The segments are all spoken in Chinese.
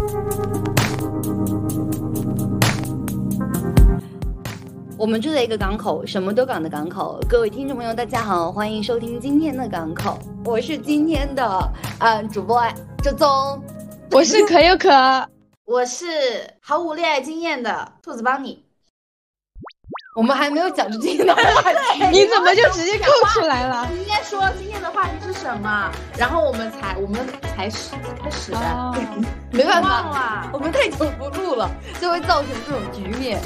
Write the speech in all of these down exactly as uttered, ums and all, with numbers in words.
我们住在一个港口，什么都港的港口。各位听众朋友，大家好，欢迎收听今天的港口，我是今天的嗯、呃、主播周宗， 我是可有可， 我是毫无恋爱经验的兔子邦尼。 我们还没有讲出今天的话题， 你怎么就直接扣出来了？ 你应该说今天的话题是什么，然后我们才我们才始开始的。 哦、 没办忘法， 了， 我们太久不录了，就会造成这种局面。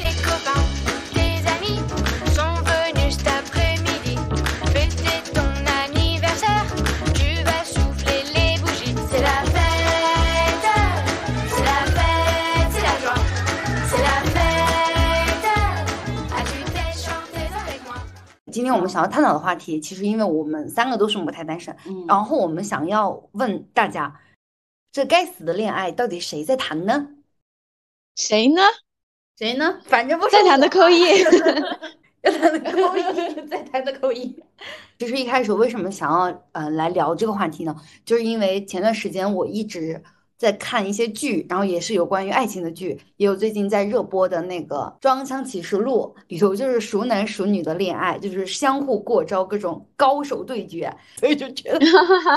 今天我们想要探讨的话题，其实因为我们三个都是母胎单身，嗯、然后我们想要问大家，这该死的恋爱到底谁在谈呢？ 谁呢？ 谁呢？反正不是在谈的扣一， 在谈的扣一，在谈的扣一。其实一开始为什么想要呃来聊这个话题呢？就是因为前段时间我一直在看一些剧，然后也是有关于爱情的剧，也有最近在热播的那个《装腔启示录》，里头就是熟男熟女的恋爱，就是相互过招，各种高手对决，所以就觉得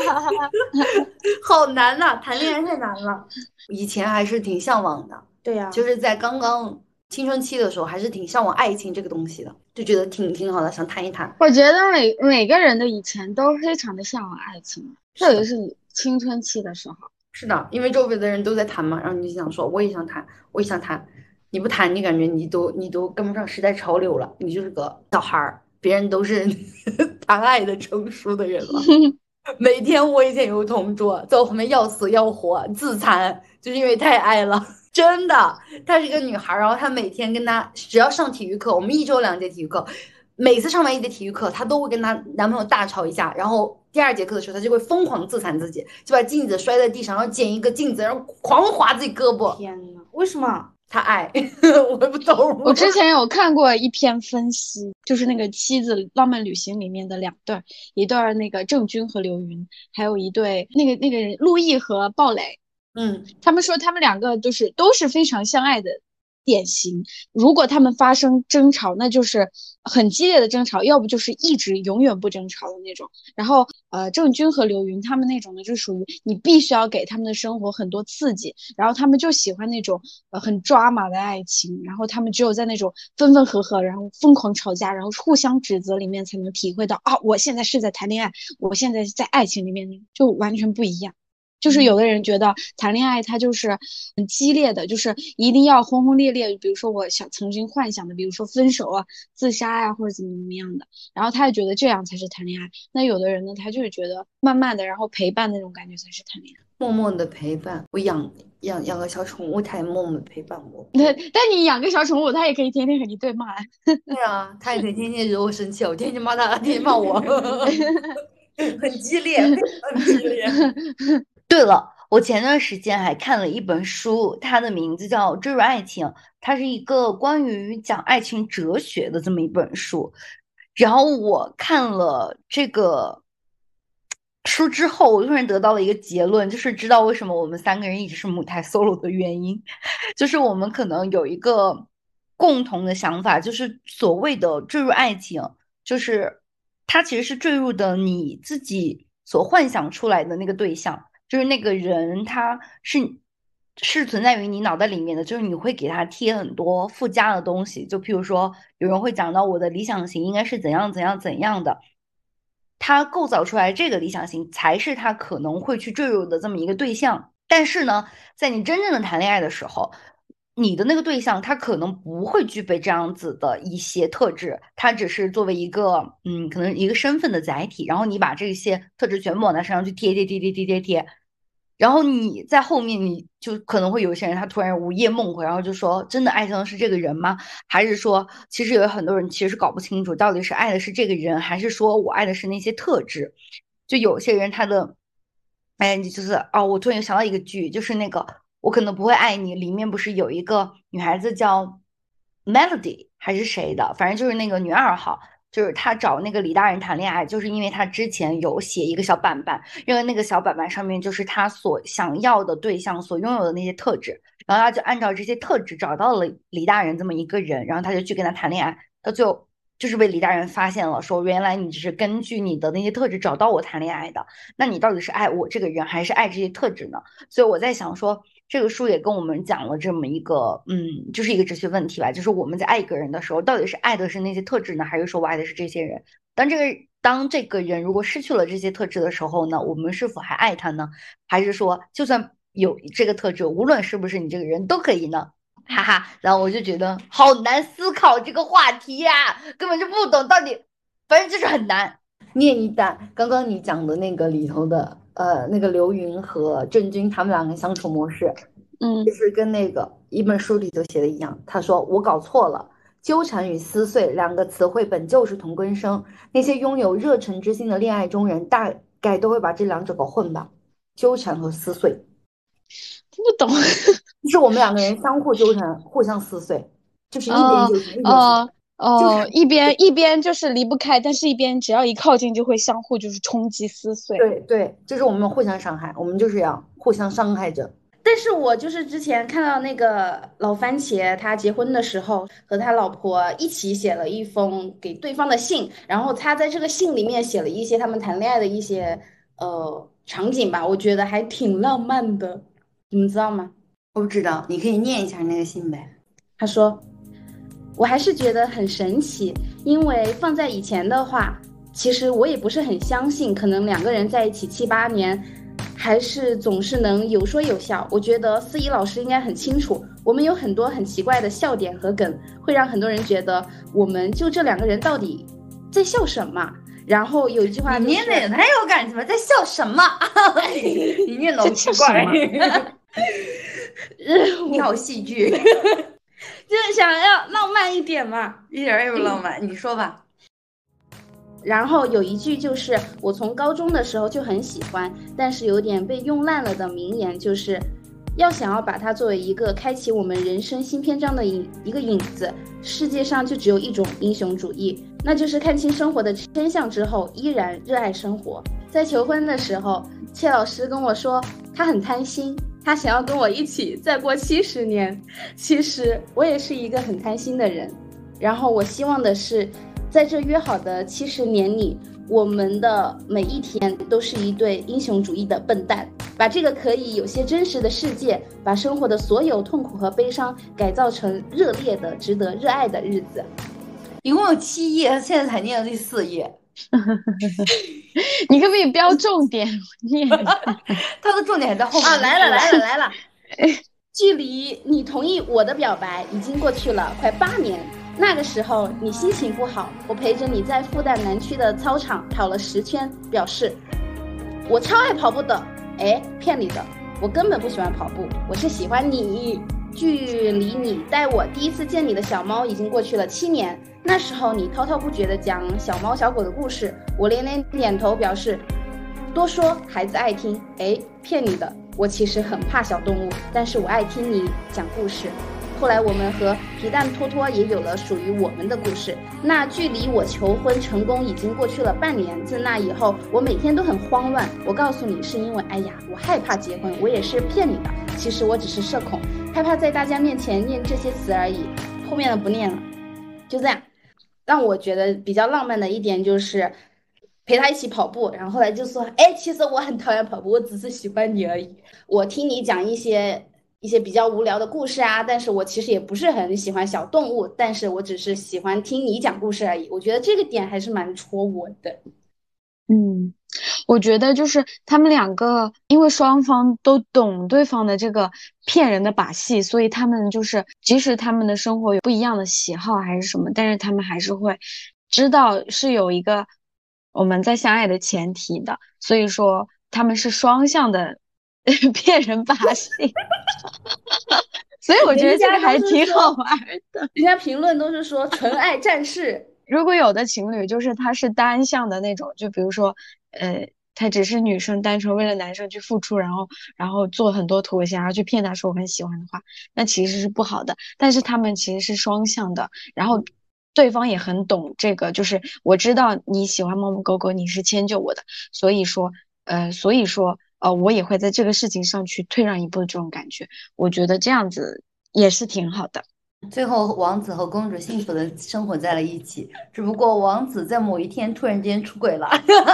好难呐、啊，谈恋爱太难了。以前还是挺向往的， 对呀、啊， 就是在刚刚青春期的时候，还是挺向往爱情这个东西的，就觉得挺挺好的，想谈一谈。 我觉得每每个人的以前都非常的向往爱情，特别是青春期的时候。 是的，因为周围的人都在谈嘛，然后你就想说，我也想谈，我也想谈。你不谈，你感觉你都你都跟不上时代潮流了，你就是个小孩儿，别人都是谈爱的成熟的人了。每天我以前有个同桌，在我旁边要死要活自残，就是因为太爱了。真的，她是一个女孩，然后她每天跟她只要上体育课，我们一周两节体育课，每次上完一节体育课，她都会跟她男朋友大吵一架，然后第二节课的时候，她就会疯狂自残自己，就把镜子摔在地上，然后捡一个镜子，然后狂划自己胳膊。 天哪，为什么？ 她爱，我也不懂。 我之前有看过一篇分析，就是那个《妻子浪漫旅行》里面的两对，一对那个郑钧和刘云，还有一对那个那个人陆毅和鲍蕾。 嗯， 他们说他们两个都是都是非常相爱的典型，如果他们发生争吵，那就是很激烈的争吵，要不就是一直永远不争吵的那种。然后呃，郑钧和刘云他们那种呢，就属于你必须要给他们的生活很多刺激，然后他们就喜欢那种呃很抓马的爱情，然后他们只有在那种分分合合，然后疯狂吵架，然后互相指责里面才能体会到啊，我现在是在谈恋爱，我现在在爱情里面就完全不一样。就是有的人觉得谈恋爱它就是很激烈的，就是一定要轰轰烈烈，比如说我想曾经幻想的，比如说分手啊、自杀呀、啊、或者怎么怎么样的，然后他也觉得这样才是谈恋爱。那有的人呢，他就是觉得慢慢的，然后陪伴那种感觉才是谈恋爱， 默默的陪伴。我养养养个小宠物，它也默默的陪伴我。 对，但你养个小宠物，它也可以天天和你对骂。 对啊，它也可以天天惹我生气，我天天骂它，天天骂我，很激烈，很激烈。对了，我前段时间还看了一本书，它的名字叫《坠入爱情》，它是一个关于讲爱情哲学的这么一本书。然后我看了这个书之后，我突然得到了一个结论，就是知道为什么我们三个人一直是母胎 solo 的原因，就是我们可能有一个共同的想法，就是所谓的坠入爱情，就是它其实是坠入的你自己所幻想出来的那个对象。就是那个人他是是存在于你脑袋里面的，就是你会给他贴很多附加的东西，就譬如说有人会讲到我的理想型应该是怎样怎样怎样的，他构造出来这个理想型才是他可能会去坠入的这么一个对象。但是呢，在你真正的谈恋爱的时候，你的那个对象他可能不会具备这样子的一些特质，他只是作为一个嗯，可能一个身份的载体，然后你把这些特质全部往他身上去贴贴贴贴贴贴贴，然后你在后面你就可能会有些人他突然午夜梦回，然后就说真的爱上的是这个人吗？还是说其实有很多人其实搞不清楚到底是爱的是这个人，还是说我爱的是那些特质。就有些人他的哎，就是哦，我突然想到一个剧，就是那个我可能不会爱你，里面不是有一个女孩子叫 Melody 还是谁的，反正就是那个女二号， 就是他找那个李大人谈恋爱，就是因为他之前有写一个小板板，因为那个小板板上面就是他所想要的对象所拥有的那些特质，然后他就按照这些特质找到了李大人这么一个人，然后他就去跟他谈恋爱，到最后就是被李大人发现了，说原来你只是根据你的那些特质找到我谈恋爱的，那你到底是爱我这个人还是爱这些特质呢？所以我在想说，这个书也跟我们讲了这么一个，嗯，就是一个哲学问题吧，就是我们在爱一个人的时候，到底是爱的是那些特质呢，还是说我爱的是这些人？当这个当这个人如果失去了这些特质的时候呢，我们是否还爱他呢？还是说就算有这个特质，无论是不是你这个人都可以呢？哈哈，然后我就觉得好难思考这个话题呀、根本就不懂到底，反正就是很难。念一段刚刚你讲的那个里头的，呃，那个刘云和郑钧他们两个相处模式， 嗯就是跟那个一本书里头写的一样。他说我搞错了，纠缠与撕碎两个词汇本就是同根生，那些拥有热忱之心的恋爱中人，大概都会把这两者搞混吧，纠缠和撕碎。 不懂。 就是我们两个人相互纠缠，互相撕碎，就是一边哦纠缠一边撕哦碎。 哦，一边一边就是离不开，但是一边只要一靠近就会相互就是冲击撕碎。 对对，就是我们互相伤害，我们就是要互相伤害着。 但是我就是之前看到那个老番茄，他结婚的时候和他老婆一起写了一封给对方的信，然后他在这个信里面写了一些他们谈恋爱的一些呃场景吧，我觉得还挺浪漫的，你们知道吗？ 我不知道，你可以念一下那个信呗。 他说，我还是觉得很神奇，因为放在以前的话，其实我也不是很相信，可能两个人在一起七八年。还是总是能有说有笑，我觉得司仪老师应该很清楚，我们有很多很奇怪的笑点和梗，会让很多人觉得我们就这两个人到底在笑什么。然后有一句话、就是， 你念的也太有感情了，在笑什么？你念的好奇怪，你好戏剧， 就是想要浪漫一点嘛， 一点也不浪漫。你说吧。 然后有一句就是我从高中的时候就很喜欢，但是有点被用烂了的名言，就是要想要把它作为一个开启我们人生新篇章的一一个引子，世界上就只有一种英雄主义，那就是看清生活的真相之后依然热爱生活。在求婚的时候，切老师跟我说他很贪心，他想要跟我一起再过七十年。其实我也是一个很贪心的人，然后我希望的是在这约好的七十年里，我们的每一天都是一对英雄主义的笨蛋，把这个可以有些真实的世界，把生活的所有痛苦和悲伤改造成热烈的、值得热爱的日子。 一共有七页，现在才念了第四页。 你可不可以标重点念？ 他的重点还在后面。 啊，来了来了来了！距离你同意我的表白已经过去了快八年。那个时候你心情不好，我陪着你在复旦南区的操场跑了十圈，表示我超爱跑步的。哎，骗你的，我根本不喜欢跑步，我是喜欢你。距离你带我第一次见你的小猫已经过去了七年，那时候你滔滔不绝地讲小猫小狗的故事，我连连点头表示多说孩子爱听。哎，骗你的，我其实很怕小动物，但是我爱听你讲故事。后来我们和皮蛋托托也有了属于我们的故事。那距离我求婚成功已经过去了半年，自那以后我每天都很慌乱。我告诉你是因为哎呀我害怕结婚，我也是骗你的，其实我只是社恐，害怕在大家面前念这些词而已，后面的不念了。就这样，让我觉得比较浪漫的一点就是陪他一起跑步，然后后来就说哎，其实我很讨厌跑步，我只是喜欢你而已。我听你讲一些一些比较无聊的故事啊，但是我其实也不是很喜欢小动物，但是我只是喜欢听你讲故事而已。我觉得这个点还是蛮戳我的。 嗯，我觉得就是他们两个，因为双方都懂对方的这个骗人的把戏，所以他们就是即使他们的生活有不一样的喜好还是什么，但是他们还是会知道是有一个我们在相爱的前提的，所以说他们是双向的骗人把戏。所以我觉得这个还挺好玩的。 人家评论都是说纯爱战士。 如果有的情侣就是他是单向的那种，就比如说呃他只是女生单纯为了男生去付出，然后然后做很多妥协，然后去骗他说我很喜欢的话，那其实是不好的。但是他们其实是双向的，然后对方也很懂这个，就是我知道你喜欢猫猫狗狗，你是迁就我的，所以说，呃，所以说，呃，我也会在这个事情上去退让一步的这种感觉，我觉得这样子也是挺好的。 最后，王子和公主幸福的生活在了一起，只不过王子在某一天突然间出轨了。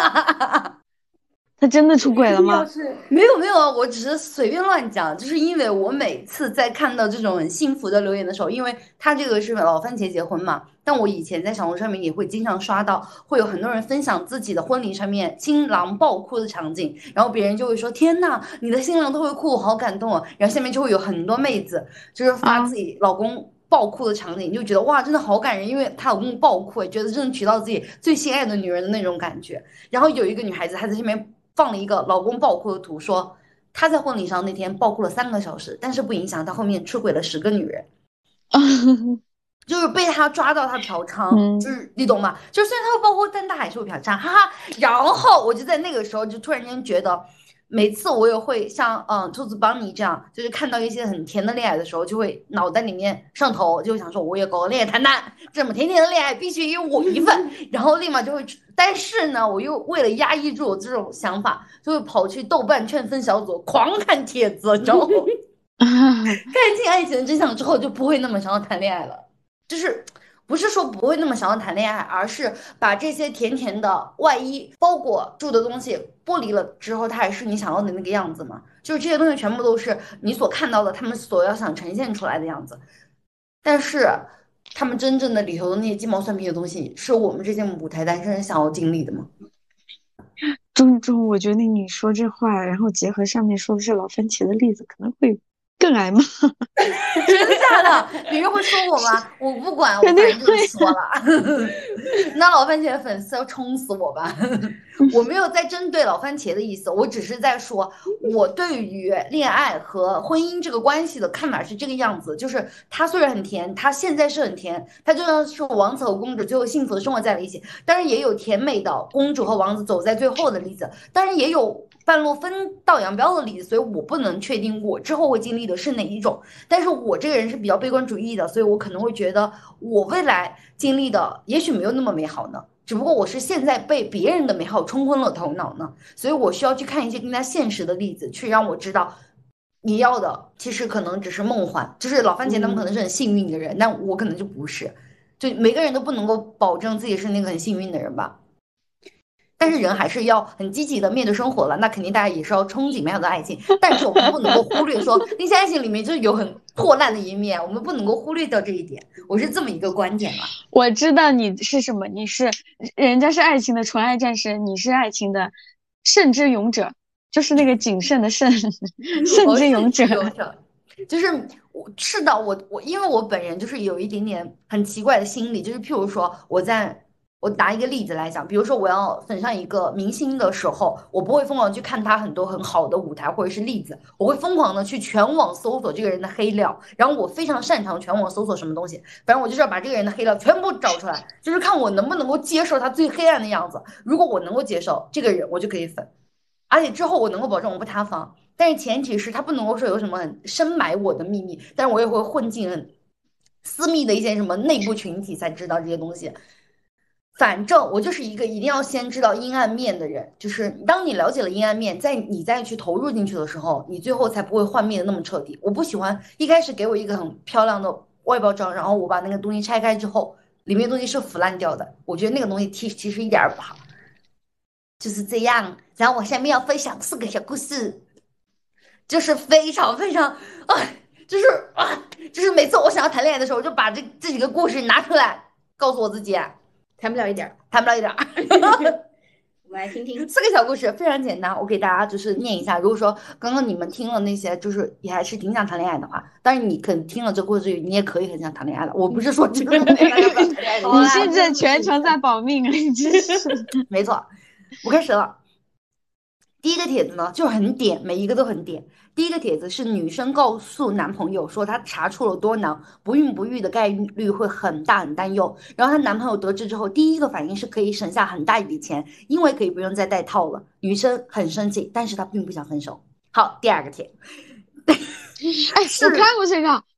他真的出轨了吗？ 没有没有啊，我只是随便乱讲，就是因为我每次在看到这种很幸福的留言的时候，因为他这个是老番茄结婚嘛，但我以前在小红书上面也会经常刷到，会有很多人分享自己的婚礼上面新郎爆哭的场景，然后别人就会说天呐，你的新郎都会哭，我好感动啊，然后下面就会有很多妹子就是发自己老公爆哭的场景，就觉得哇，真的好感人，因为她老公爆哭，觉得真的娶到自己最心爱的女人的那种感觉。然后有一个女孩子，她在下面放了一个老公爆哭的图，说她在婚礼上那天爆哭了三个小时，但是不影响她后面出轨了十个女人。就是被他抓到他嫖娼， 嗯就是你懂吗？就虽然他会爆哭，但他还是会嫖娼，哈哈。然后我就在那个时候就突然间觉得，每次我也会像嗯兔子邦尼这样，就是看到一些很甜的恋爱的时候，就会脑袋里面上头，就会想说我也搞个恋爱谈谈，这么甜甜的恋爱必须有我一份，然后立马就会。但是呢，我又为了压抑住我这种想法，就会跑去豆瓣劝分小组狂看帖子，之后看尽爱情的真相之后，就不会那么想要谈恋爱了。就是不是说不会那么想要谈恋爱，而是把这些甜甜的外衣包裹住的东西剥离了之后，它还是你想要的那个样子嘛？就是这些东西全部都是你所看到的，他们所要想呈现出来的样子。但是他们真正的里头的那些鸡毛蒜皮的东西，是我们这些母胎单身人想要经历的吗？ 钟钟，我觉得你说这话，然后结合上面说的是老番茄的例子，可能会更挨骂。 真的假的？别人会说我吗？我不管，我反正就是说了。那老番茄的粉丝要冲死我吧！我没有在针对老番茄的意思，我只是在说，我对于恋爱和婚姻这个关系的看法是这个样子。就是它虽然很甜，它现在是很甜，它就像是王子和公主最后幸福的生活在了一起。当然也有甜美的公主和王子走在最后的例子，当然也有半路分道扬镳的例子。所以我不能确定我之后会经历的是哪一种。但是我这个人是比较悲观主义的，所以我可能会觉得我未来经历的也许没有那么美好呢，只不过我是现在被别人的美好冲昏了头脑呢，所以我需要去看一些更加现实的例子，去让我知道你要的其实可能只是梦幻。就是老番茄他们可能是很幸运的人，但我可能就不是，就每个人都不能够保证自己是那个很幸运的人吧。但是人还是要很积极的面对生活了，那肯定大家也是要憧憬美好的爱情，但是我们不能够忽略说那些爱情里面就是有很破烂的一面，我们不能够忽略掉这一点，我是这么一个观点了。 我知道你是什么，你是人家是爱情的纯爱战士，你是爱情的慎之勇者，就是那个谨慎的慎，慎之勇者。 就是我是的，我我因为我本人就是有一点点很奇怪的心理，就是譬如说我在。我拿一个例子来讲，比如说我要粉上一个明星的时候，我不会疯狂去看他很多很好的舞台或者是例子，我会疯狂的去全网搜索这个人的黑料，然后我非常擅长全网搜索什么东西，反正我就是要把这个人的黑料全部找出来，就是看我能不能够接受他最黑暗的样子。如果我能够接受这个人，我就可以粉，而且之后我能够保证我不塌房，但是前提是他不能够说有什么很深埋我的秘密，但是我也会混进很私密的一些什么内部群体才知道这些东西。反正我就是一个一定要先知道阴暗面的人，就是当你了解了阴暗面，在你再去投入进去的时候，你最后才不会幻灭的那么彻底。我不喜欢一开始给我一个很漂亮的外包装，然后我把那个东西拆开之后，里面东西是腐烂掉的，我觉得那个东西其其实一点也不好。就是这样。然后我下面要分享四个小故事，就是非常非常啊，就是啊，就是每次我想要谈恋爱的时候，我就把这这几个故事拿出来，告诉我自己。 谈不了一点儿， 谈不了一点儿。 我们来听听四个小故事，非常简单，我给大家就是念一下。如果说刚刚你们听了那些，就是也还是挺想谈恋爱的话，当然你可能听了这故事，你也可以很想谈恋爱了。我不是说这个， 你现在全程在保命，你真是。 没错，我开始了。第一个帖子呢，就很点，每一个都很点。第一个帖子是女生告诉男朋友说她查出了多囊，不孕不育的概率会很大，很担忧。然后她男朋友得知之后，第一个反应是可以省下很大一笔钱，因为可以不用再戴套了。女生很生气，但是她并不想分手。好，第二个帖。 哎，我看过这个，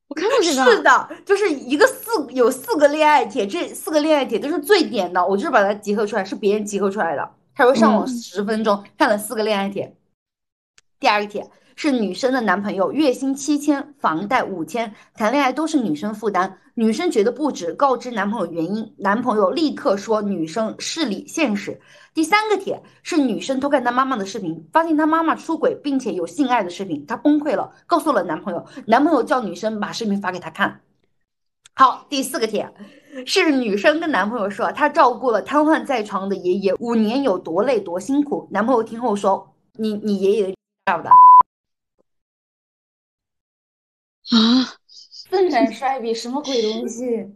我看过这个。 是的，就是一个四有四个恋爱帖，这四个恋爱帖都是最点的，我就是把它集合出来，是别人集合出来的。他说上网嗯十分钟、看了四个恋爱帖。第二个帖是女生的男朋友月薪七千，房贷五千，谈恋爱都是女生负担，女生觉得不值，告知男朋友原因，男朋友立刻说女生势利现实。第三个帖是女生偷看她妈妈的视频，发现她妈妈出轨，并且有性爱的视频，她崩溃了，告诉了男朋友，男朋友叫女生把视频发给她看。好，第四个帖是女生跟男朋友说，她照顾了瘫痪在床的爷爷五年有多累多辛苦。男朋友听后说，你你爷爷要的啊， 愤然衰笔，什么鬼东西？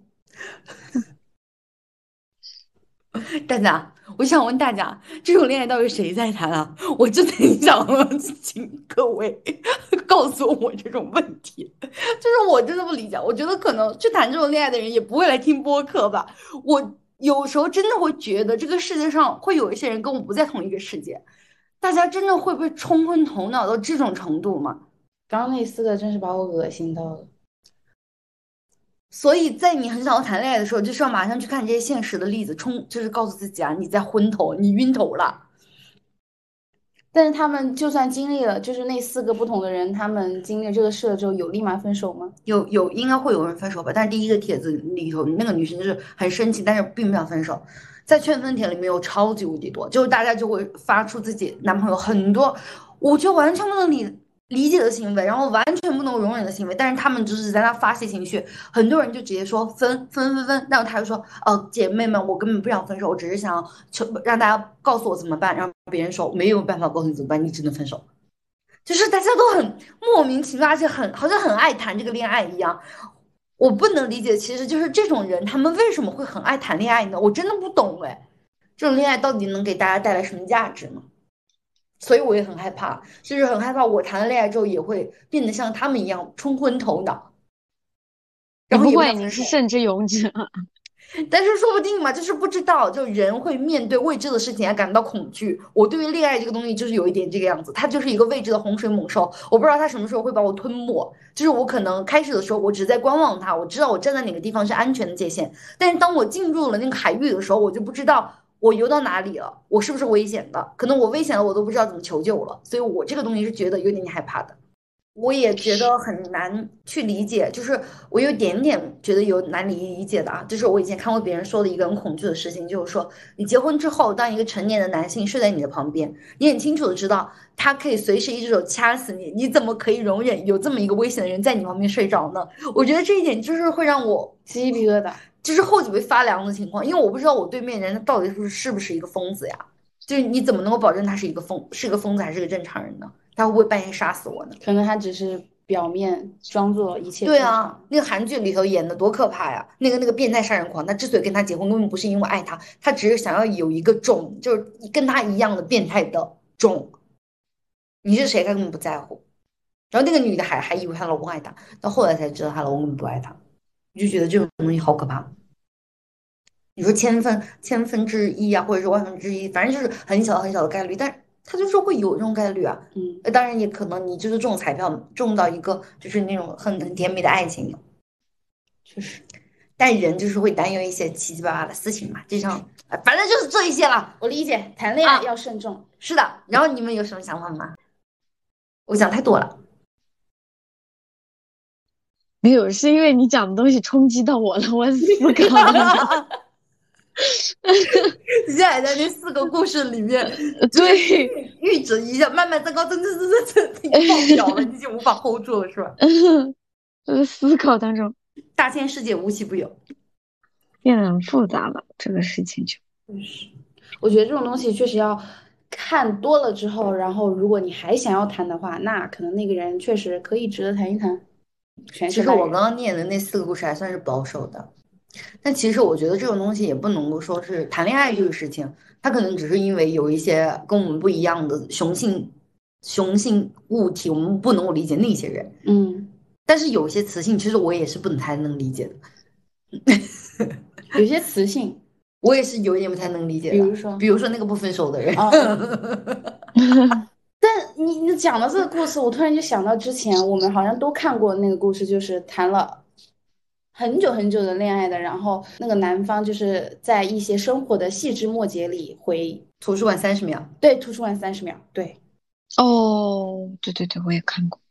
大家，我想问大家，这种恋爱到底谁在谈啊？我真的很想请各位告诉我这种问题，就是我真的不理解。我觉得可能去谈这种恋爱的人也不会来听播客吧。我有时候真的会觉得这个世界上会有一些人跟我不在同一个世界。大家真的会被冲昏头脑到这种程度吗？ 刚刚那四个真是把我恶心到了。 所以在你很想要谈恋爱的时候，就是要马上去看这些现实的例子，冲就是告诉自己啊，你在昏头，你晕头了。 但是他们就算经历了，就是那四个不同的人，他们经历这个事了之后，有立马分手吗？ 有有应该会有人分手吧，但是第一个帖子里头那个女生就是很生气，但是并不想分手。在劝分帖里面有超级无敌多，就是大家就会发出自己男朋友很多，我就完全不能理理解的行为，然后完全不能容忍的行为，但是他们只是在那发泄情绪，很多人就直接说分分分分，然后他就说哦姐妹们，我根本不想分手，我只是想求让大家告诉我怎么办，让别人说没有办法告诉你怎么办，你只能分手。就是大家都很莫名其妙，而且很好像很爱谈这个恋爱一样。我不能理解，其实就是这种人，他们为什么会很爱谈恋爱呢？我真的不懂哎，这种恋爱到底能给大家带来什么价值呢？所以我也很害怕，就是很害怕我谈了恋爱之后也会变得像他们一样冲昏头脑，然后你不会， 也不想分手。 你是慎之勇者。 但是说不定嘛，就是不知道，就人会面对未知的事情而感到恐惧。我对于恋爱这个东西就是有一点这个样子，它就是一个未知的洪水猛兽，我不知道它什么时候会把我吞没。就是我可能开始的时候，我只是在观望它，我知道我站在哪个地方是安全的界限，但是当我进入了那个海域的时候，我就不知道我游到哪里了，我是不是危险的？可能我危险了，我都不知道怎么求救了。所以我这个东西是觉得有点害怕的。我也觉得很难去理解，就是我有点点觉得有难以理解的啊，就是我以前看过别人说的一个很恐惧的事情，就是说你结婚之后，当一个成年的男性睡在你的旁边，你很清楚的知道他可以随时一只手掐死你，你怎么可以容忍有这么一个危险的人在你旁边睡着呢？我觉得这一点就是会让我鸡皮疙瘩， 就是后脊背发凉的情况，因为我不知道我对面人到底是不是是不是一个疯子呀？就是你怎么能够保证他是一个疯，是个疯子还是个正常人呢？他会不会半夜杀死我呢？ 可能他只是表面装作一切对正常。 啊，那个韩剧里头演的多可怕呀！那个那个变态杀人狂，他之所以跟他结婚，根本不是因为爱他，他只是想要有一个种，就是跟他一样的变态的种。你是谁，他根本不在乎。然后那个女的还还以为她老公爱她，到后来才知道她老公根本不爱她。我就觉得这种东西好可怕。你说千分千分之一啊，或者是万分之一，反正就是很小很小的概率，但是它就是会有这种概率啊。 嗯， 呃当然也可能你就是中彩票中到一个就是那种很很甜蜜的爱情， 确实。 但人就是会担忧一些七七八八的事情嘛，就像呃反正就是这一些了。 我理解，谈恋爱啊要慎重。 是的，然后你们有什么想法吗？我想太多了。 没有，是因为你讲的东西冲击到我了，我思考了。 你现在还在那四个故事里面， 对， 阈值一下慢慢增高，增增增增增，你爆表了，你已经无法 hold 住了，是吧？ 呃，思考当中大千世界无奇不有， 变得很复杂了，这个事情就。 我觉得这种东西确实要看多了之后，然后如果你还想要谈的话，那可能那个人确实可以值得谈一谈。全其实我刚刚念的那四个故事还算是保守的，但其实我觉得这种东西也不能够说是谈恋爱这个事情，它可能只是因为有一些跟我们不一样的雄性雄性物体，我们不能够理解那些人。 嗯， 但是有些雌性，其实我也是不太能理解的。 有些雌性， 我也是有一点不太能理解的。 比如说， 比如说那个不分手的人。 哦但但你你讲到这个故事，我突然就想到之前我们好像都看过那个故事，就是谈了很久很久的恋爱的，然后那个男方就是在一些生活的细枝末节里回图书馆三十秒， 对，图书馆三十秒，对， 哦，对对对，我也看过。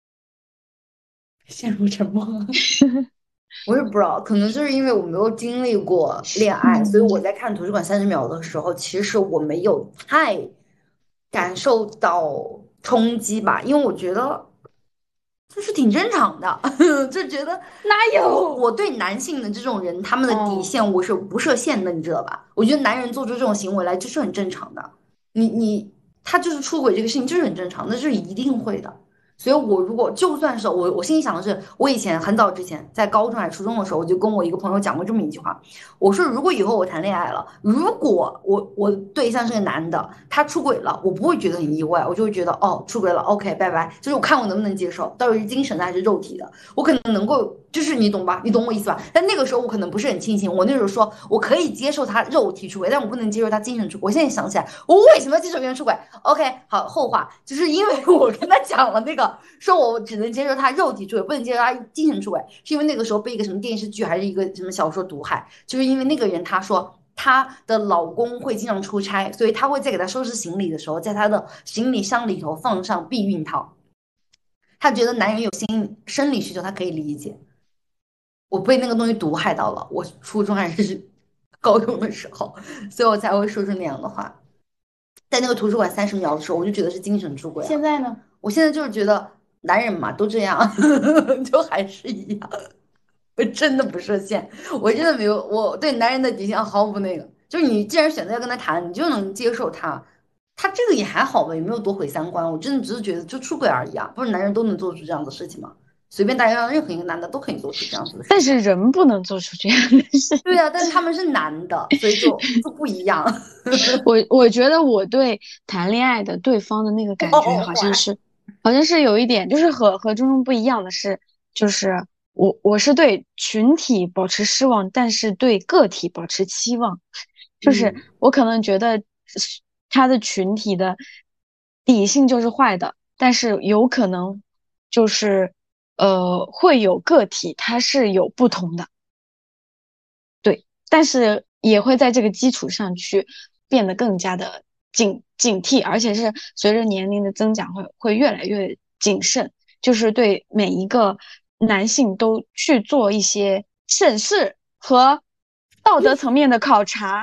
陷入沉默。 我也不知道，可能就是因为我没有经历过恋爱， 嗯所以我在看图书馆三十秒的时候，其实我没有太感受到冲击吧，因为我觉得就是挺正常的，就觉得哪有？ 我对男性的这种人，他们的底哦线我是不设限的，你知道吧？我觉得男人做出这种行为来就是很正常的，你你他就是出轨这个事情就是很正常，那就是一定会的。所以，我如果就算是我，我心里想的是，我以前很早之前在高中还是初中的时候，我就跟我一个朋友讲过这么一句话，我说如果以后我谈恋爱了，如果我我对象是个男的，他出轨了，我不会觉得很意外，我就会觉得哦，出轨了，OK，拜拜，就是我看我能不能接受，到底是精神的还是肉体的，我可能能够，就是你懂吧，你懂我意思吧？但那个时候我可能不是很清醒，我那时候说我可以接受他肉体出轨，但我不能接受他精神出轨。我现在想起来，我为什么要接受别人出轨？OK，好，后话，就是因为我跟他讲了那个。说我只能接受他肉体出轨，不能接受他精神出轨，是因为那个时候被一个什么电视剧还是一个什么小说毒害，就是因为那个人他说她的老公会经常出差，所以他会在给她收拾行李的时候，在她的行李箱里头放上避孕套。他觉得男人有心生理需求，他可以理解。我被那个东西毒害到了，我初中还是高中的时候，所以我才会说出那样的话。在那个图书馆三十秒的时候，我就觉得是精神出轨。 现在呢？ 我现在就是觉得男人嘛都这样，就还是一样。我真的不设限，我真的没有，我对男人的底线毫无那个。就是你既然选择要跟他谈，你就能接受他，他这个也还好吧，也没有多毁三观。我真的只是觉得就出轨而已啊，不是男人都能做出这样的事情吗？随便大街上任何一个男的都可以做出这样子的事情。 但是人不能做出这样的事。 对啊，但是他们是男的，所以就就不一样。 我我觉得我对谈恋爱的对方的那个感觉好像是，好像是有一点，就是和和中中不一样的是，就是我我是对群体保持失望，但是对个体保持期望。就是嗯我可能觉得他的群体的底性就是坏的，但是有可能就是呃会有个体它是有不同的，对，但是也会在这个基础上去变得更加的警警惕，而且是随着年龄的增长会会越来越谨慎，就是对每一个男性都去做一些审视和道德层面的考察。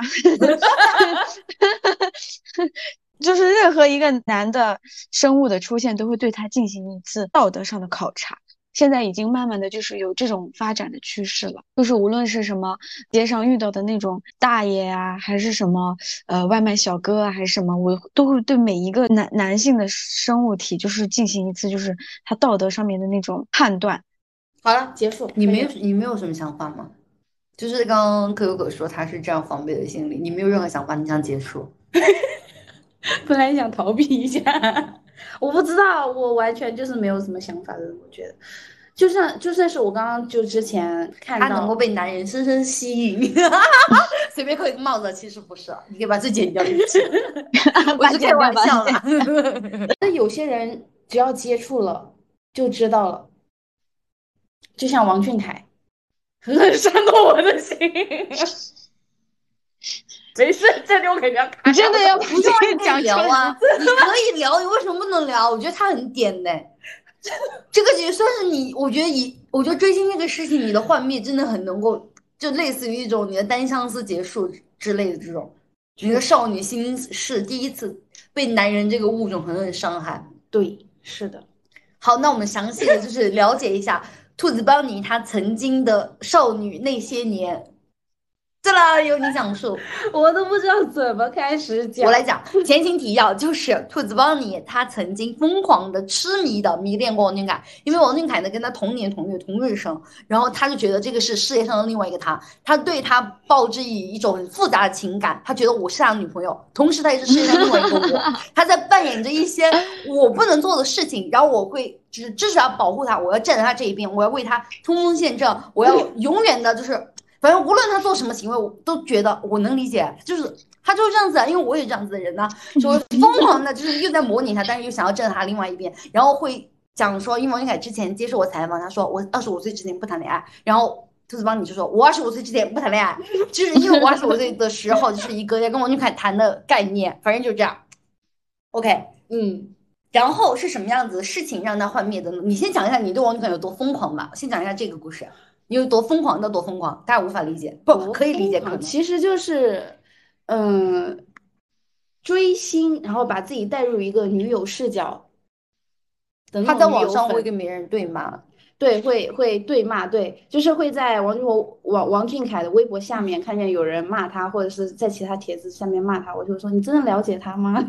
就是任何一个男的生物的出现，都会对他进行一次道德上的考察。现在已经慢慢的就是有这种发展的趋势了，就是无论是什么街上遇到的那种大爷啊，还是什么呃外卖小哥啊，还是什么，我都会对每一个男男性的生物体，就是进行一次就是他道德上面的那种判断。 好了，结束。 你没有你没有什么想法吗？就是刚刚可可可说他是这样防备的心理，你没有任何想法，你想结束？ 本来想逃避一下，我不知道，我完全就是没有什么想法的。我觉得，就算就算是我刚刚就之前看到， 他能够被男人深深吸引，随便扣一个帽子，其实不是，你可以把这剪掉。我是开玩笑啦。 那有些人只要接触了就知道了，就像王俊凯，狠狠伤过我的心。没事，这里我肯定要卡。 你真的要不是讲聊啊？你可以聊，你为什么不能聊？我觉得他很点的，这个也算是你。我觉得以我觉得追星这个事情，你的幻灭真的很能够，就类似于一种你的单相思结束之类的这种，你的少女心是第一次被男人这个物种狠狠伤害。 对，是的。 好，那我们详细的就是了解一下兔子邦尼她曾经的少女那些年。对了，由你讲述， 我都不知道怎么开始讲。 我来讲，前情提要就是兔子邦尼他曾经疯狂的痴迷的迷恋过王俊凯，因为王俊凯呢跟他同年同月同日生，然后他就觉得这个是世界上的另外一个他，他对他抱之以一种很复杂的情感，他觉得我是他的女朋友，同时他也是世界上另外一个我，他在扮演着一些我不能做的事情，然后我会只至少要保护他，我要站在他这一边，我要为他冲锋陷阵，我要永远的就是。 反正无论他做什么行为，我都觉得我能理解，就是他就是这样子啊，因为我也这样子的人呢、就疯狂的，就是又在模拟他，但是又想要站他另外一边，然后会讲说，因为王俊凯之前接受我采访，他说我二十五岁之前不谈恋爱，然后兔子帮你就说，我二十五岁之前不谈恋爱，就是因为我二十五岁的时候就是一个要跟王俊凯谈的概念，反正就这样。OK， 嗯， 然后是什么样子的事情让他幻灭的呢？你先讲一下你对王俊凯有多疯狂吧，先讲一下这个故事。你有多疯狂到多疯狂，大家无法理解，不可以理解，可能其实就是，嗯，追星，然后把自己带入一个女友视角的那他在种女友粉。 网上会跟别人对骂， 对，会会对骂，对，就是会在王俊国王王俊凯的微博下面看见有人骂他，或者是在其他帖子下面骂他，我就说你真的了解他吗？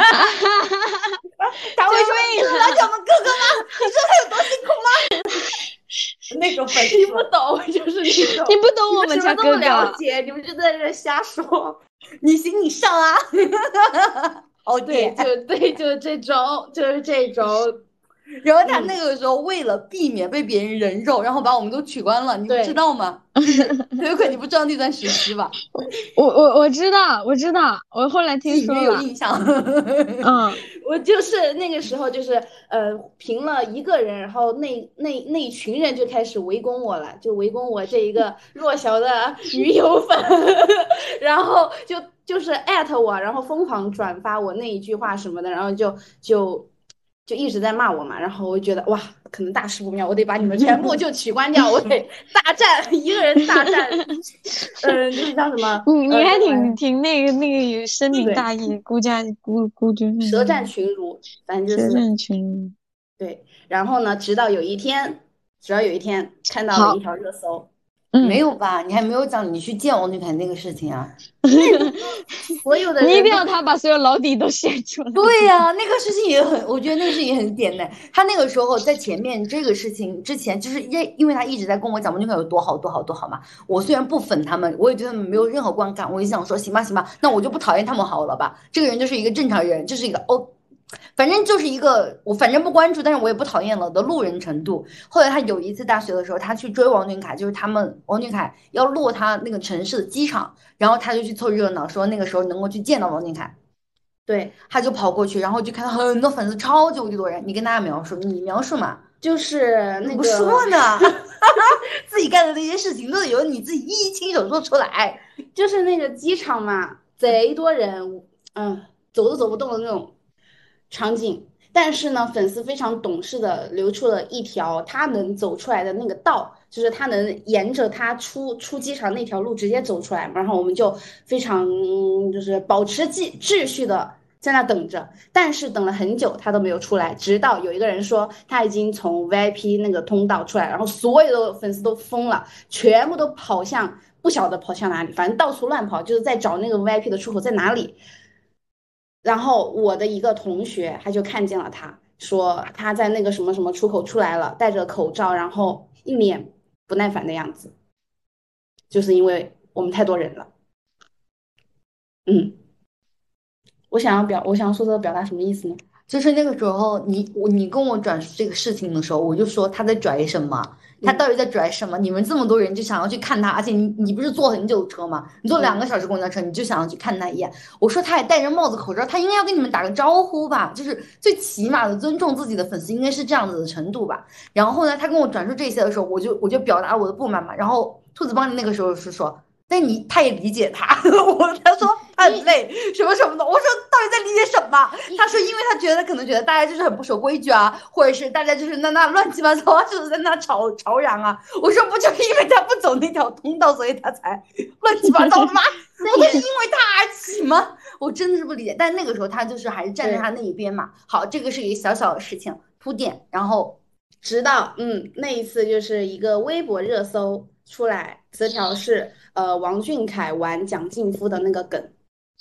他会说你真的了解我们哥哥吗？你知道他有多辛苦吗？那种粉丝你不懂，就是那种你不懂我们家哥你们什么都不了哥。 解，你们就在这瞎说。 你行你上啊！哦对， 对， 就对，就是这种，就是这种。 然后他那个时候为了避免被别人人肉，然后把我们都取关了，你对知道吗？就是有可能你不知道那段时期吧？ 我我我知道，我知道，我后来听隐约有说了。 印象。 嗯， 我就是那个时候，就是呃，评了一个人，然后那那那一群人就开始围攻我了，就围攻我这一个弱小的女友粉，然后就就是艾特我，然后疯狂转发我那一句话什么的，然后就就就一直在骂我嘛，然后我就觉得哇，可能大事不妙，我得把你们全部就取关掉，我得大战一个人大战，嗯，就是叫什么？ 你你呃还挺挺那个那个有深明对大义，孤家孤孤军舌战群儒，反正就是舌战群。 对。然后呢，直到有一天，直到有一天看到了好一条热搜， 嗯， 没有吧？你还没有讲你去见王俊凯那个事情啊？ 所有的你一人都定要他把所有老底都显出来。 对呀、那个事情也很，我觉得那个事情也很点的。他那个时候在前面这个事情之前，就是因因为他一直在跟我讲王俊凯有多好多好多好嘛。我虽然不粉他们，我也对他们没有任何观感，我就想说行吧行吧，那我就不讨厌他们好了吧。这个人就是一个正常人，就是一个哦，反正就是一个我反正不关注，但是我也不讨厌了的路人程度。后来他有一次大学的时候，他去追王俊凯，就是他们王俊凯要落他那个城市的机场，然后他就去凑热闹，说那个时候能够去见到王俊凯。 对， 他就跑过去，然后就看到很多粉丝，超级无敌多人。你跟大家描述，你描述嘛？ 就是那你不个说呢？自己干的那些事情都得由你自己一一亲手做出来。 就是那个机场嘛，贼多人，嗯，走都走不动的那种场景。但是呢，粉丝非常懂事的留出了一条他能走出来的那个道，就是他能沿着他出出机场那条路直接走出来嘛。然后我们就非常就是保持秩秩序的在那等着，但是等了很久他都没有出来，直到有一个人说他已经从 V I P 那个通道出来，然后所有的粉丝都疯了，全部都跑向不晓得跑向哪里，反正到处乱跑，就是在找那个 V I P 的出口在哪里。然后我的一个同学他就看见了他，说他在那个什么什么出口出来了，戴着口罩，然后一脸不耐烦的样子，就是因为我们太多人了。嗯，我想要表，我想要说这个表达什么意思呢？ 就是那个时候，你我你跟我转述这个事情的时候，我就说他在拽什么？他到底在拽什么？你们这么多人就想要去看他，而且你你不是坐很久的车吗？你坐两个小时公交车，你就想要去看他一眼。我说他也戴着帽子口罩，他应该要跟你们打个招呼吧？就是最起码的尊重自己的粉丝，应该是这样子的程度吧？然后呢，他跟我转述这些的时候，我就我就表达我的不满嘛。然后兔子帮你那个时候是说。但你他也理解他，我他说他很累，什么什么的。我说到底在理解什么？他说因为他觉得可能觉得大家就是很不守规矩啊，或者是大家就是那那乱七八糟啊，就是在那吵吵嚷啊。我说不就是因为他不走那条通道，所以他才乱七八糟的吗？不是因为他而起吗？我真的是不理解。但那个时候他就是还是站在他那一边嘛。好，这个是一个小小的事情铺垫，然后直到嗯那一次就是一个微博热搜出来，词条是呃王俊凯玩蒋劲夫的那个梗，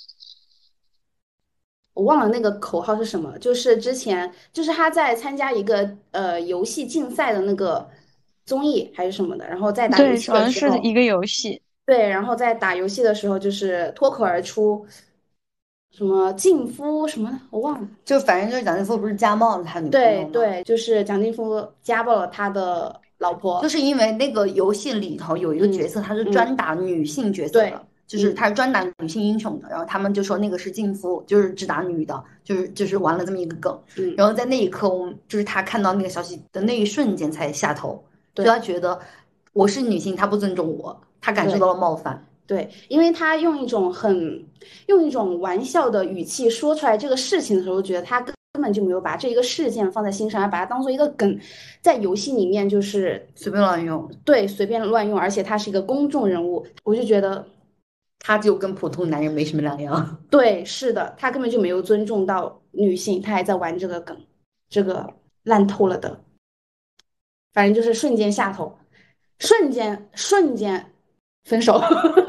我忘了那个口号是什么，就是之前就是他在参加一个呃游戏竞赛的那个综艺还是什么的，然后在打游对， 戏好像的时候， 是一个游戏。 对，然后在打游戏的时候就是脱口而出什么劲夫什么的，我忘了。 就反正就是蒋劲夫不是家暴了他女朋友吗？ 对对，就是蒋劲夫家暴了他的老婆， 就是因为那个游戏里头有一个角色，他是专打女性角色的，就是他是专打女性英雄的，然后他们就说那个是禁夫，就是只打女的，就是就是玩了这么一个梗。然后在那一刻，我们就是他看到那个消息的那一瞬间才下头，就他觉得我是女性，他不尊重我，他感受到了冒犯。 对，因为他用一种很用一种玩笑的语气说出来这个事情的时候，觉得他根根本就没有把这一个事件放在心上，而把它当做一个梗，在游戏里面就是随便乱用。 对，随便乱用，而且他是一个公众人物，我就觉得他就跟普通男人没什么两样。 对，是的，他根本就没有尊重到女性，他还在玩这个梗，这个烂透了的，反正就是瞬间下头，瞬间瞬间分手。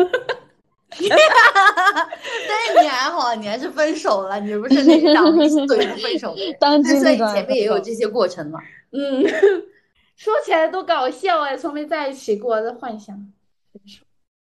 但是你还好，你还是分手了，你不是那个当一嘴就分手的人。 当机立断，前面也有这些过程嘛。 嗯，说起来都搞笑哎，从没在一起过的幻想分手。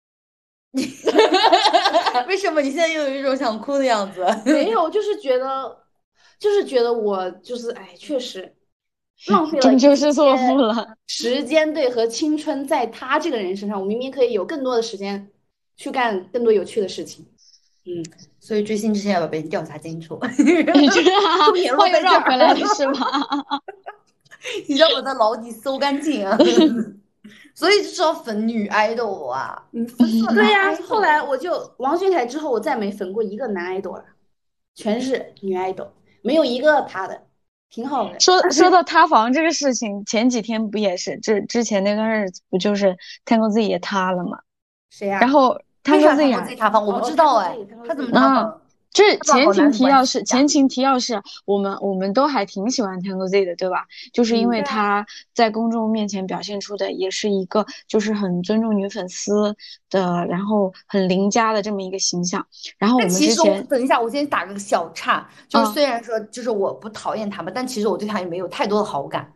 为什么你现在又有一种想哭的样子？ 没有，就是觉得，就是觉得我就是哎，确实浪费了终究是错付了时间，对，和青春在他这个人身上，我明明可以有更多的时间去干更多有趣的事情。嗯， 所以追星之前要把别人调查清楚。 话又绕回来了是吗？ 你要把他牢底搜干净啊！所以就是要粉女 idol 啊！你粉对呀、啊，后来我就王俊凯之后，我再没粉过一个男 idol 了，全是女 idol，没有一个他的，挺好的。 说说到塌房这个事情，前几天不也是，这之前那段日子不就是 Tango Z 也塌了吗？ 谁呀、啊？ 然后 Tango Z 呀，塌房我不知道哎，他怎么塌房？ 这前情提要是前情提要是我们我们都还挺喜欢 Tango Z 的，对吧？就是因为他在公众面前表现出的也是一个就是很尊重女粉丝的，然后很邻家的这么一个形象。然后我们之前等一下，我先打个小岔，就是虽然说就是我不讨厌他们，但其实我对他也没有太多的好感。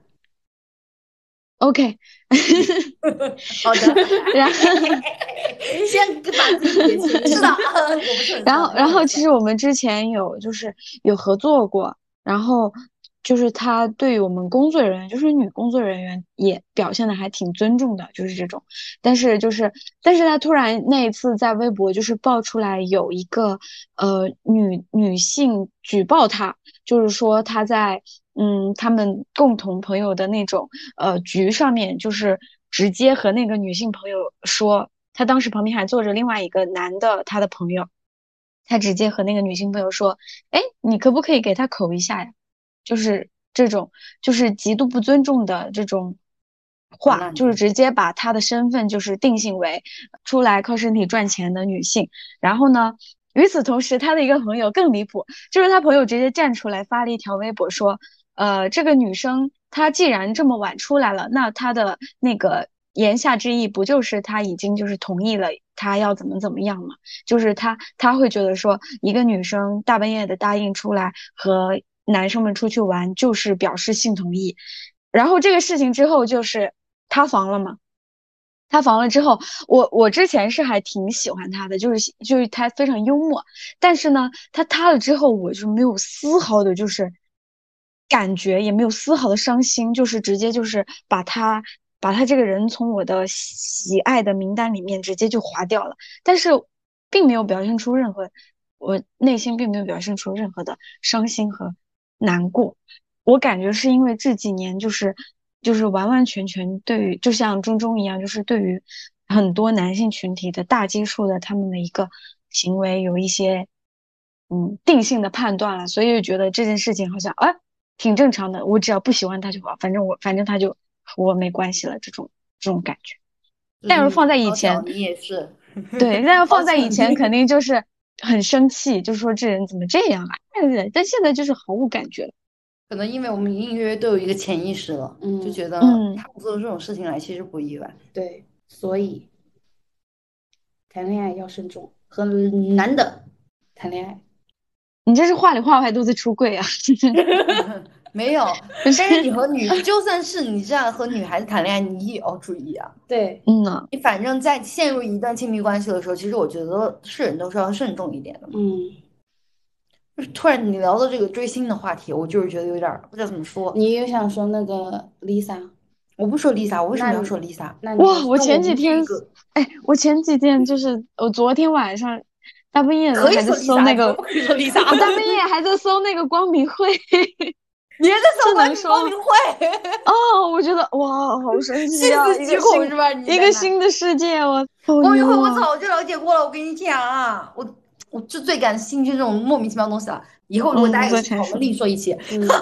OK， 好的， 然后先把自己撇清，是的，我不是。 然后，然后其实我们之前有就是有合作过，然后就是他对我们工作人员，就是女工作人员也表现的还挺尊重的，就是这种。但是就是，但是他突然那一次在微博就是爆出来有一个呃女女性举报他，就是说他在。嗯，他们共同朋友的那种呃局上面，就是直接和那个女性朋友说，他当时旁边还坐着另外一个男的，他的朋友，他直接和那个女性朋友说，哎，你可不可以给他口一下呀？就是这种，就是极度不尊重的这种话，就是直接把他的身份就是定性为出来靠身体赚钱的女性，然后呢。与此同时，他的一个朋友更离谱，就是他朋友直接站出来发了一条微博说，呃，这个女生她既然这么晚出来了，那她的那个言下之意不就是她已经就是同意了她要怎么怎么样吗？就是她她会觉得说，一个女生大半夜的答应出来和男生们出去玩，就是表示性同意。然后这个事情之后就是塌房了嘛。塌房了之后，我我之前是还挺喜欢他的，就是就是他非常幽默，但是呢，他塌了之后，我就没有丝毫的，就是感觉，也没有丝毫的伤心，就是直接就是把他把他这个人从我的喜爱的名单里面直接就划掉了，但是并没有表现出任何，我内心并没有表现出任何的伤心和难过，我感觉是因为这几年就是。就是完完全全对于，就像中中一样，就是对于很多男性群体的大基数的他们的一个行为有一些嗯定性的判断了，所以就觉得这件事情好像啊挺正常的，我只要不喜欢他就好，反正我反正他就和我没关系了，这种这种感觉。但是放在以前， 你也是对，但是放在以前肯定就是很生气，就是说这人怎么这样啊？但现在就是毫无感觉了。 可能因为我们隐隐约约都有一个潜意识了， 嗯， 就觉得他们做的这种事情来其实不意外。 对，所以谈恋爱要慎重，和男的谈恋爱。 你这是话里话外都在出柜啊？ 没有，但是你和女，就算是你这样和女孩子谈恋爱，你也要注意啊。 对， 嗯呢， 你反正在陷入一段亲密关系的时候，其实我觉得是人都是要慎重一点的。 嗯。 就是突然你聊到这个追星的话题，我就是觉得有点不知道怎么说。 你又想说那个 Lisa？ 我不说 Lisa，我为什么那你要说 Lisa？ 那你哇，我那我们前几天， 这个哎，我前几天就是我昨天晚上大半夜的还在可以说搜 Lisa， 那个， 怎么不可以说 Lisa？ 我大半夜还在搜那个光明会， 你还在这搜光能说吗？ 明光明会？ 哦，我觉得哇，好神奇啊！ 细思一个新极恐是吧？你一在那个新的世界，我好光明会牛啊！ 我早就了解过了，我跟你讲啊，我我就最感兴趣这种莫名其妙的东西了。以后如果大嗯， 家有做兴趣，我们阐述。 另说一期。 嗯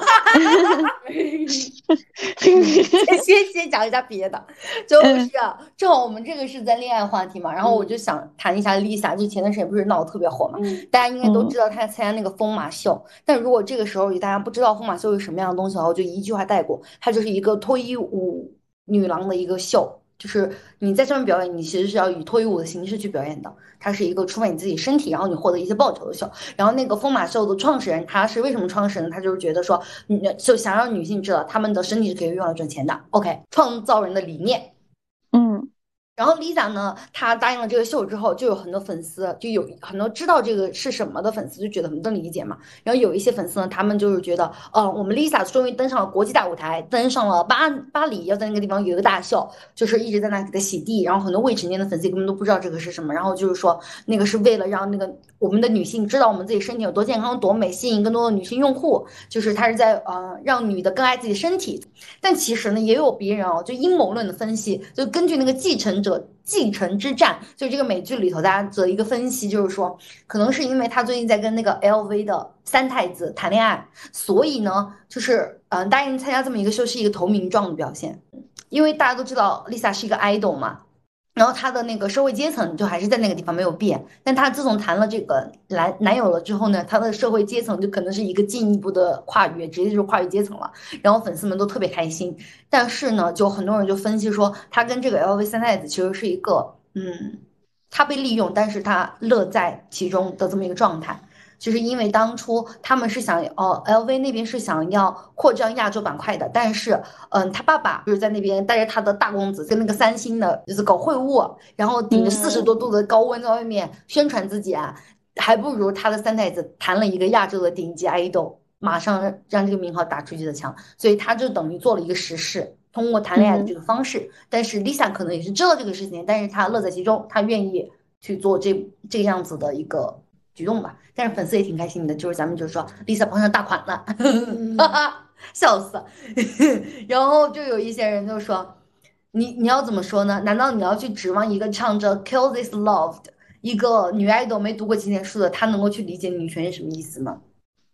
先先先讲一下别的，就是嗯正好我们这个是在恋爱话题嘛，然后我就想谈一下 Lisa，就前段时间不是闹得特别火嘛， 嗯大家应该都嗯知道她参加那个疯马秀，但如果这个时候大家不知道疯马秀是什么样的东西的话，我就一句话带过，它就是一个脱衣舞女郎的一个秀，就是你在上面表演，你其实是要以脱衣舞的形式去表演的，它是一个出卖你自己身体，然后你获得一些报酬的秀。然后那个疯马秀的创始人，他是为什么创始人？他就是觉得说，女就想让女性知道她们的身体是可以用来赚钱的。OK，创造人的理念。 嗯然后 Lisa 呢，她答应了这个秀之后，就有很多粉丝，就有很多知道这个是什么的粉丝，就觉得很不能理解嘛。然后有一些粉丝呢，他们就是觉得，呃，我们 Lisa 终于登上了国际大舞台，登上了巴巴黎，要在那个地方有一个大秀，就是一直在那给他洗地。然后很多未成年的粉丝根本都不知道这个是什么。然后就是说，那个是为了让那个我们的女性知道我们自己身体有多健康、多美，吸引更多的女性用户。就是他是在呃让女的更爱自己身体。但其实呢，也有别人哦，就阴谋论的分析，就根据那个继承者继承之战，就这个美剧里头大家做一个分析，就是说，可能是因为他最近在跟那个 L V 的三太子谈恋爱，所以呢，就是嗯、呃答应参加这么一个秀是一个投名状的表现，因为大家都知道 Lisa 是一个 idol 嘛。然后她的那个社会阶层就还是在那个地方没有变，但她自从谈了这个男男友了之后呢，她的社会阶层就可能是一个进一步的跨越，直接就是跨越阶层了。然后粉丝们都特别开心，但是呢，就很多人就分析说，她跟这个 L V 三太子其实是一个，嗯，她被利用，但是她乐在其中的这么一个状态。就是因为当初他们是想，哦，L V 那边是想要扩张亚洲板块的，但是，嗯，他爸爸就是在那边带着他的大公子跟那个三星的，就是搞会晤，然后顶着四十多度的高温在外面宣传自己啊，还不如他的三太子谈了一个亚洲的顶级 idol，马上让让这个名号打出去的强，所以他就等于做了一个实事，通过谈恋爱的这个方式。但是 Lisa 可能也是知道这个事情，但是她乐在其中，她愿意去做这这个样子的一个举动吧。但是粉丝也挺开心的，就是咱们就说 Lisa 碰上大款了，哈哈，笑死。然后就有一些人就说，你你要怎么说呢？难道你要去指望一个唱着 Kill This Love 的一个女爱豆没读过几年书的，她能够去理解女权是什么意思吗？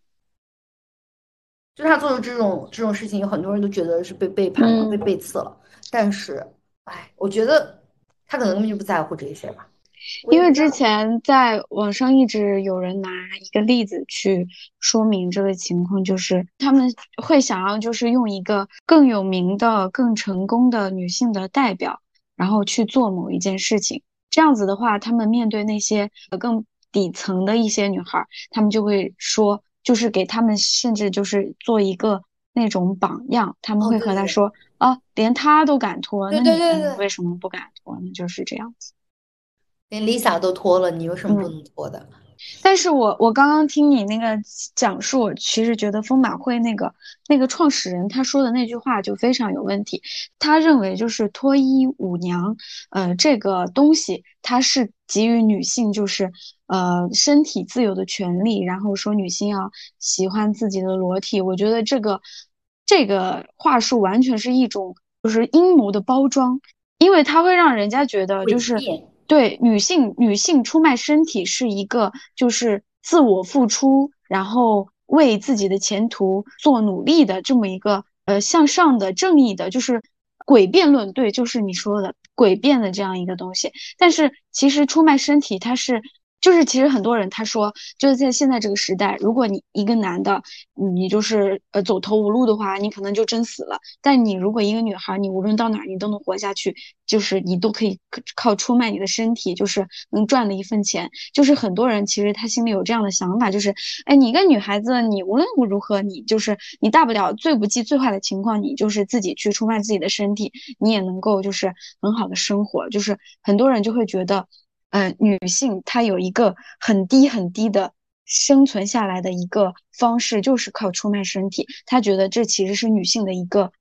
就她做的这种这种事情，有很多人都觉得是被背叛了，被嗯。 背刺了。但是，哎，我觉得她可能根本就不在乎这些吧。我也因为之不知道。 前在网上一直有人拿一个例子去说明这个情况，就是他们会想要就是用一个更有名的、更成功的女性的代表，然后去做某一件事情。这样子的话，他们面对那些呃更底层的一些女孩儿，他们就会说，就是给他们甚至就是做一个那种榜样，他们哦， 会对对对和他说，啊，连他都敢脱， 对那你们对对对， 为什么不敢脱呢？就是这样子。 连 Lisa 都脱了，你有什么不嗯。 能脱的？ 但是我我刚刚听你那个讲述，我其实觉得疯马会那个那个创始人他说的那句话就非常有问题。他认为就是脱衣舞娘，呃，这个东西它是给予女性就是呃身体自由的权利，然后说女性要喜欢自己的裸体。我觉得这个这个话术完全是一种就是阴谋的包装，因为它会让人家觉得就是诡辩。 对女性女性出卖身体是一个就是自我付出，然后为自己的前途做努力的这么一个呃向上的正义的，就是诡辩论，对，就是你说的诡辩的这样一个东西。但是其实出卖身体它是。就是其实很多人他说，就是在现在这个时代，如果你一个男的，你就是呃走投无路的话，你可能就真死了。但你如果一个女孩，你无论到哪儿你都能活下去，就是你都可以靠出卖你的身体，就是能赚的一份钱。就是很多人其实他心里有这样的想法，就是哎，你一个女孩子，你无论如何，你就是你大不了最不济最坏的情况，你就是自己去出卖自己的身体，你也能够就是很好的生活。就是很多人就会觉得。呃，女性她有一个很低很低的生存下来的一个方式，就是靠出卖身体。她觉得这其实是女性的一个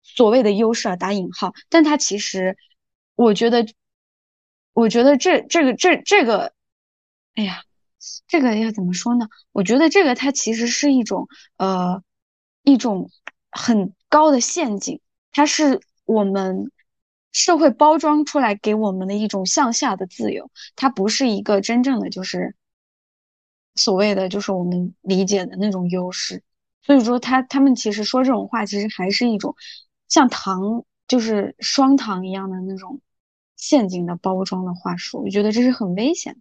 所谓的优势啊打引号，但它其实我觉得，我觉得这这个这这个，哎呀，这个要怎么说呢？我觉得这个它其实是一种呃一种很高的陷阱，它是我们社会包装出来给我们的一种向下的自由，它不是一个真正的就是所谓的就是我们理解的那种优势。所以说他他们其实说这种话，其实还是一种像糖就是双糖一样的那种陷阱的包装的话术，我觉得这是很危险的。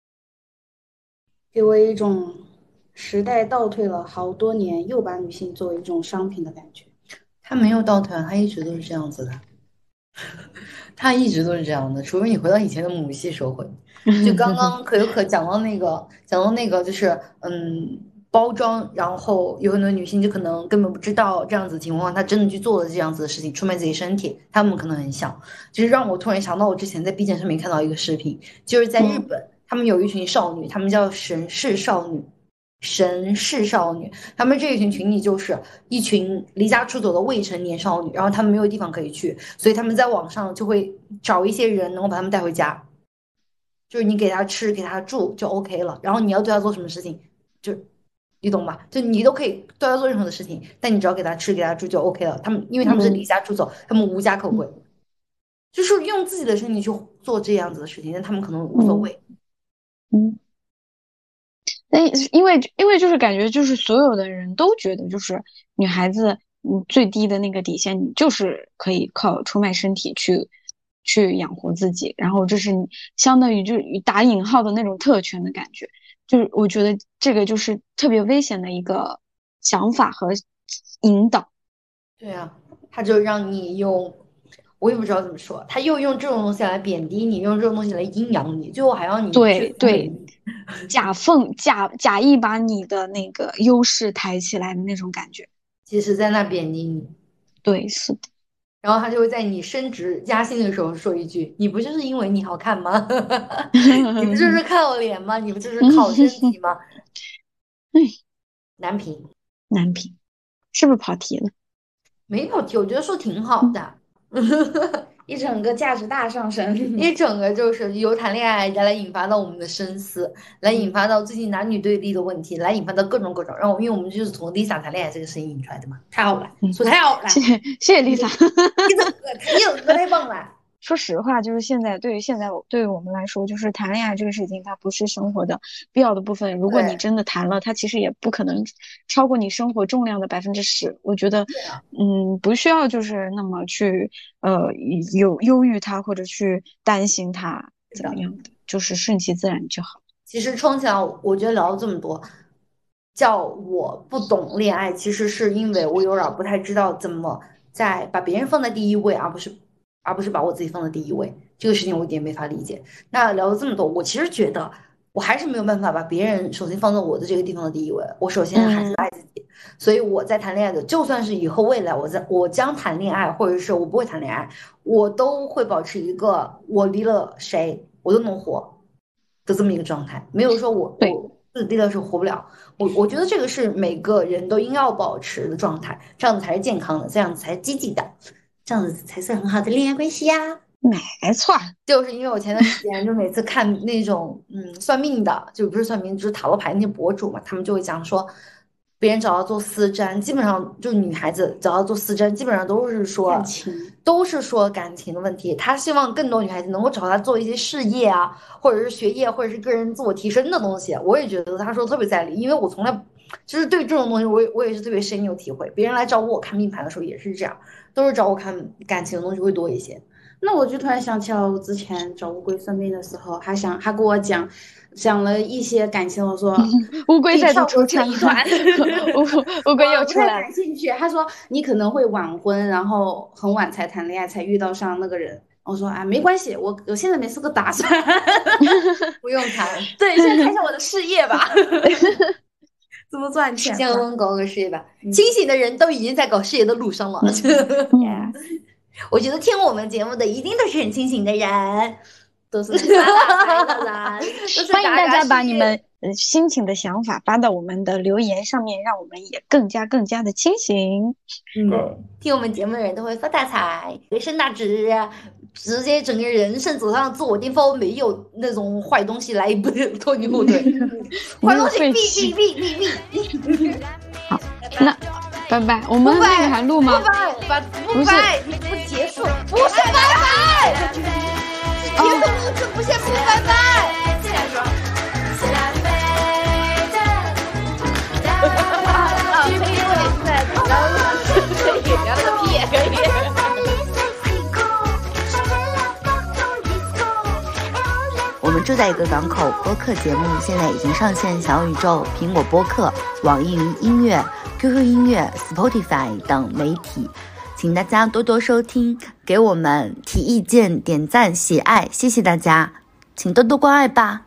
给我一种时代倒退了好多年，又把女性作为一种商品的感觉。 他没有倒退，他一直都是这样子的，他一直都是这样的，除非你回到以前的母系社会。就刚刚可有可讲到那个，讲到那个就是嗯。包装，然后有很多女性就可能根本不知道这样子的情况，她真的去做了这样子的事情，出卖自己身体，她们可能很小。就是让我突然想到，我之前在 B 站上面看到一个视频，就是在日本，他们有一群少女，她们叫神式少女，神式少女，她们这一群群体就是一群离家出走的未成年少女，然后她们没有地方可以去，所以她们在网上就会找一些人能够把她们带回家，就是你给她吃，给她住就 OK 了，然后你要对她做什么事情，就。你懂吧？就你都可以对他做任何的事情，但你只要给他吃给他住就 OK 了。他们因为他们是离家出走，他们无家可归，就是用自己的身体去做这样子的事情，但他们可能无所谓。 嗯，那因为因为就是感觉就是所有的人都觉得就是女孩子，嗯，最低的那个底线，你就是可以靠出卖身体去去养活自己，然后这是你相当于就是打引号的那种特权的感觉。就是我觉得这个就是特别危险的一个想法和引导。 对啊，他就让你用，我也不知道怎么说，他又用这种东西来贬低你，用这种东西来阴阳你，最后还让你对对，假奉假假意把你的那个优势抬起来的那种感觉， 其实在那贬低你。 对，是的。 然后他就会在你升职加薪的时候说一句：“你不就是因为你好看吗？你不就是靠脸吗？你不就是靠身体吗？” 哎， 难评， 难评，是不是跑题了？ 没跑题，我觉得说挺好的。 一整个价值大上升， 一整个就是由谈恋爱来引发到我们的深思，来引发到最近男女对立的问题，来引发到各种各种。然后，因为我们就是从 Lisa 谈恋爱这个事情引出来的嘛， 太好了，说太好了， 谢谢谢谢 Lisa， 你怎么你有个太棒了。 说实话，就是现在对于现在对于我们来说，就是谈恋爱这个事情，它不是生活的必要的部分。如果你真的谈了，它其实也不可能超过你生活重量的百分之十。我觉得，嗯，不需要就是那么去呃有忧郁它或者去担心它怎么样的，就是顺其自然就好。 其实充其量，我觉得聊了这么多，叫我不懂恋爱，其实是因为我有点不太知道怎么在把别人放在第一位，而不是。而不是把我自己放在第一位，这个事情我有点没法理解。那聊了这么多，我其实觉得我还是没有办法把别人首先放在我的这个地方的第一位。我首先还是爱自己，嗯、所以我在谈恋爱的，就算是以后未来我在我将谈恋爱，或者是我不会谈恋爱，我都会保持一个我离了谁我都能活的这么一个状态，没有说我我自己离了是活不了。我我觉得这个是每个人都应该要保持的状态，这样子才是健康的，这样子才是积极的。这样子才是很好的恋爱关系呀、啊， 没错， 就是因为我前段时间就每次看那种嗯算命的，就不是算命，就是塔罗牌那些博主嘛，他们就会讲说，别人找到做私占，基本上就女孩子找到做私占，基本上都是说感情， 都是说感情的问题。他希望更多女孩子能够找他做一些事业啊，或者是学业，或者是个人自我提升的东西。我也觉得他说特别在理，因为我从来就是对这种东西，我我也是特别深有体会。别人来找我看命盘的时候也是这样。都是找我看感情的东西会多一些。 那我就突然想起来，我之前找乌龟算命的时候，还想还跟我讲讲了一些感情。我说乌龟再度出场一段， 乌乌龟又出来了。 我不太感兴趣。他说你可能会晚婚，然后很晚才谈恋爱，才遇到上那个人。我说啊，没关系，我我现在没这个打算， 不用谈。 对，先看一下我的事业吧。怎么赚钱？ 先稳搞个事业吧。嗯、清醒的人都已经在搞事业的路上了。 嗯、 我觉得听我们节目的一定都是很清醒的人， 都是发大财的人。 欢迎大家把你们呃心情的想法发到我们的留言上面，让我们也更加更加的清醒。 嗯，对，听我们节目的人都会发大财，人生大志，直接整个人生走上自我巅峰，没有那种坏东西来不拖你后腿，坏东西哔哔哔哔哔。 好，那拜拜，我们那个还录吗？ 拜拜，不拜，你不结束，不是拜拜，结束录制不先不拜拜。这样说。啊，可以，现在聊了，可以聊了个屁，可以。 我们住在一个港口，播客节目现在已经上线小宇宙、苹果播客、网易云音乐、Q Q 音乐、Spotify 等媒体，请大家多多收听，给我们提意见、点赞、喜爱，谢谢大家，请多多关爱吧。